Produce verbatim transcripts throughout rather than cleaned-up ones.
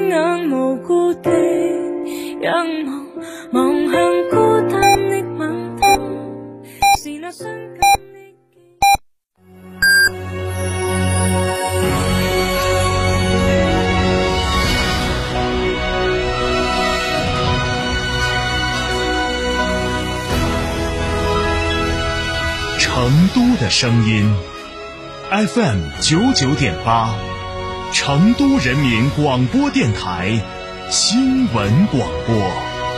眼無故地仰望，望向孤單的晚燈，是那傷感的成都的声音 F M 九九点八，成都人民广播电台新闻广播。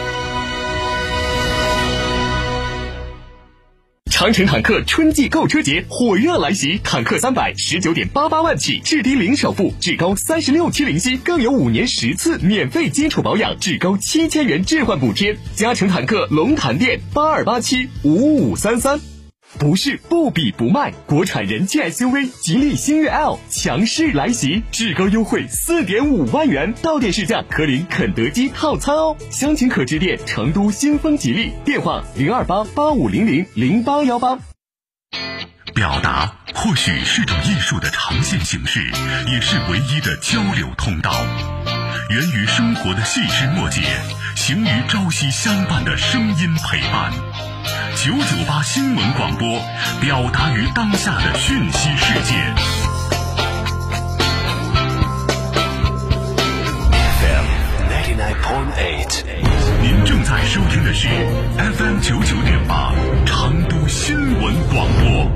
长城坦克春季购车节火热来袭，坦克三百十九点八八万起，至低零首付，至高三十六期零息，更有五年十次免费基础保养，至高七千元置换补贴。嘉诚坦克龙潭店八二八七五五三三。不是不比不卖，国产人气 S U V 吉利星越 L 强势来袭，至高优惠 四点五万元，到店试驾可领肯德基套餐哦。详情可致电成都新丰吉利，电话零二八八五零零零八幺八。 表达或许是种艺术的呈现形式，也是唯一的交流通道。源于生活的细枝末节，行于朝夕相伴的声音陪伴。九九八新闻广播，表达于当下的讯息世界。F M 九十九点八，您正在收听的是 F M 九九点八成都新闻广播。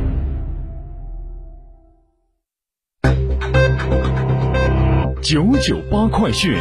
九九八快讯。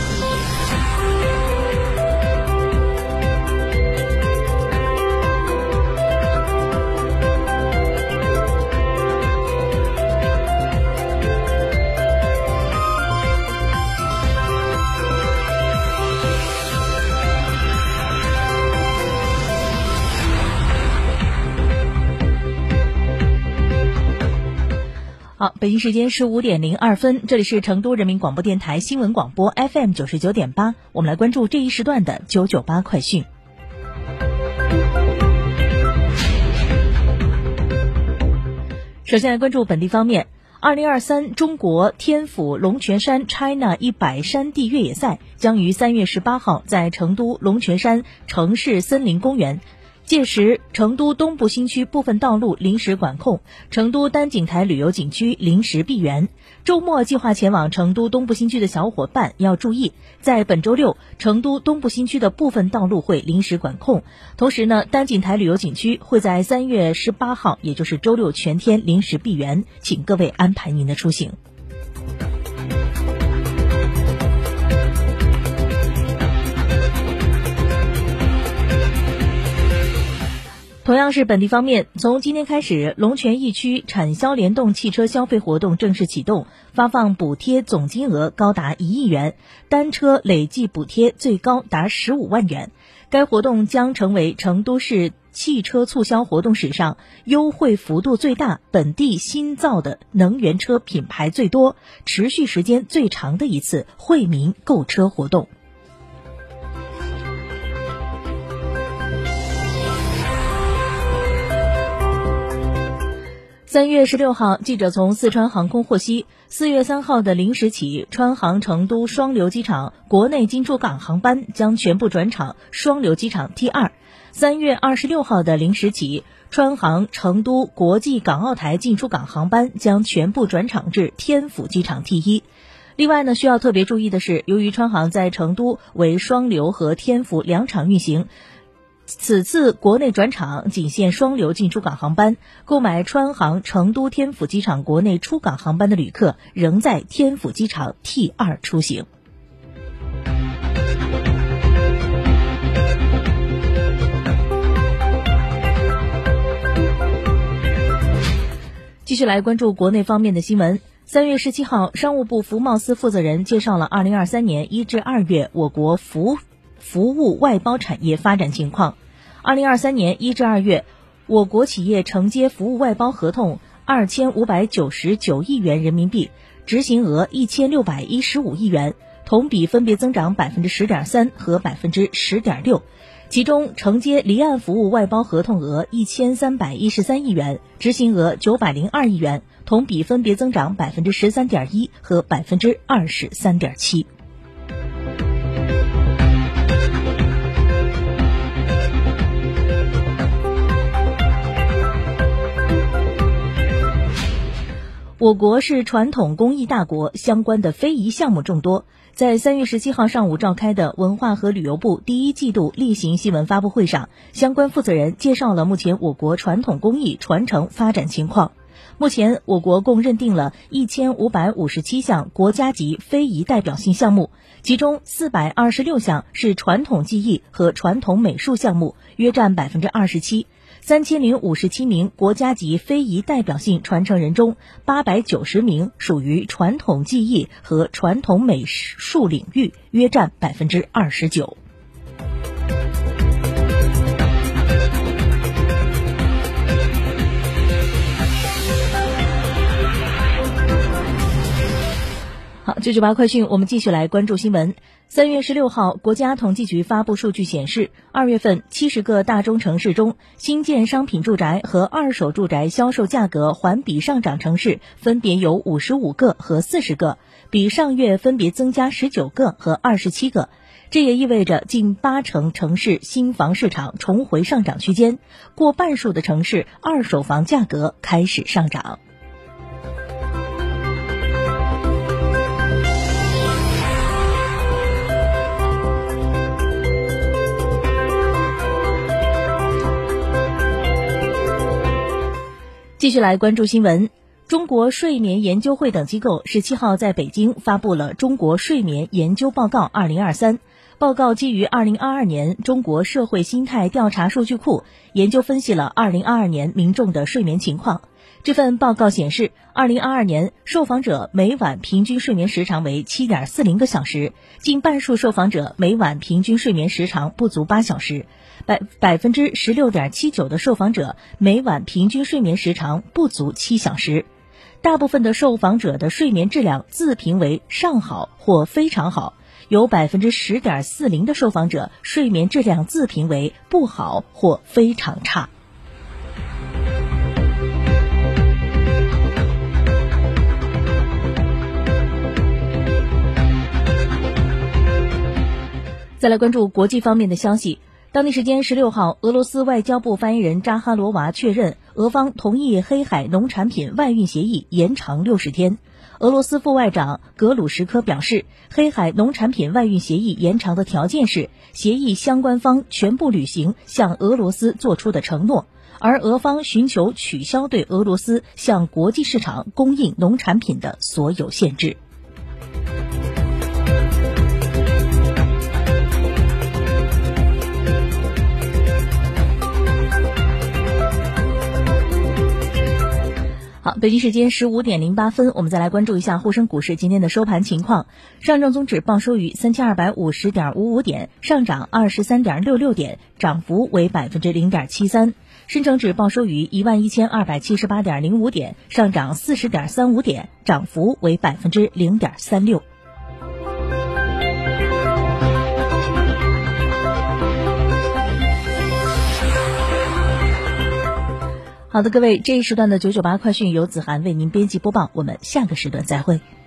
好，北京时间十五点零二分，这里是成都人民广播电台新闻广播 F M 九十九点八，我们来关注这一时段的九九八快讯。首先来关注本地方面，二零二三中国天府龙泉山 China 一百山地越野赛将于三月十八号在成都龙泉山城市森林公园。届时，成都东部新区部分道路临时管控，成都丹景台旅游景区临时闭园。周末计划前往成都东部新区的小伙伴要注意，在本周六，成都东部新区的部分道路会临时管控。同时呢，丹景台旅游景区会在三月十八号，也就是周六全天临时闭园，请各位安排您的出行。同样是本地方面，从今天开始，龙泉驿区产销联动汽车消费活动正式启动，发放补贴总金额高达一亿元，单车累计补贴最高达十五万元。该活动将成为成都市汽车促销活动史上优惠幅度最大、本地新造的能源车品牌最多、持续时间最长的一次惠民购车活动。三月十六号，记者从四川航空获悉，四月三号的零时起，川航成都双流机场国内进出港航班将全部转场双流机场 T 二。三月二十六号的零时起，川航成都国际港澳台进出港航班将全部转场至天府机场 T 一。另外呢，需要特别注意的是，由于川航在成都为双流和天府两场运行，此次国内转场仅限双流进出港航班，购买川航成都天府机场国内出港航班的旅客仍在天府机场 T 二出行。继续来关注国内方面的新闻。三月十七号，商务部服贸司负责人介绍了二零二三年一至二月我国服服务外包产业发展情况。二零二三年一至二月，我国企业承接服务外包合同二千五百九十九亿元人民币，执行额一千六百一十五亿元，同比分别增长百分之十点三和百分之十点六。其中，承接离岸服务外包合同额一千三百一十三亿元，执行额九百零二亿元，同比分别增长百分之十三点一和百分之二十三点七。 我国是传统工艺大国，相关的非遗项目众多。在三月十七号上午召开的文化和旅游部第一季度例行新闻发布会上，相关负责人介绍了目前我国传统工艺传承发展情况。目前，我国共认定了一千五百五十七项国家级非遗代表性项目，其中四百二十六项是传统技艺和传统美术项目，约占百分之二十七。三千零五十七名国家级非遗代表性传承人中，八百九十名属于传统技艺和传统美术领域，约占百分之二十九。好，九九八快讯，我们继续来关注新闻。三月十六号，国家统计局发布数据显示，二月份七十个大中城市中，新建商品住宅和二手住宅销售价格环比上涨城市分别有五十五个和四十个，比上月分别增加十九个和二十七个。这也意味着近八成城市新房市场重回上涨区间，过半数的城市二手房价格开始上涨。继续来关注新闻。中国睡眠研究会等机构十七号在北京发布了《中国睡眠研究报告二零二三》。报告基于二零二二年中国社会心态调查数据库，研究分析了二零二二年民众的睡眠情况。这份报告显示，二零二二年受访者每晚平均睡眠时长为 七点四零个小时，近半数受访者每晚平均睡眠时长不足八小时，百百分之十六点七九的受访者每晚平均睡眠时长不足七小时。大部分的受访者的睡眠质量自评为上好或非常好，有百分之十点四零的受访者睡眠质量自评为不好或非常差。再来关注国际方面的消息。当地时间十六号，俄罗斯外交部发言人扎哈罗娃确认，俄方同意黑海农产品外运协议延长六十天。俄罗斯副外长格鲁什科表示，黑海农产品外运协议延长的条件是协议相关方全部履行向俄罗斯做出的承诺，而俄方寻求取消对俄罗斯向国际市场供应农产品的所有限制。好，北京时间十五点零八分，我们再来关注一下沪深股市今天的收盘情况。上证综指报收于三千二百五十点五五点，上涨二十三点六六点，涨幅为百分之零点七三。深成指报收于一万一千二百七十八点零五点，上涨四十点三五点，涨幅为百分之零点三六。好的，各位，这一时段的九九八快讯由子涵为您编辑播报，我们下个时段再会。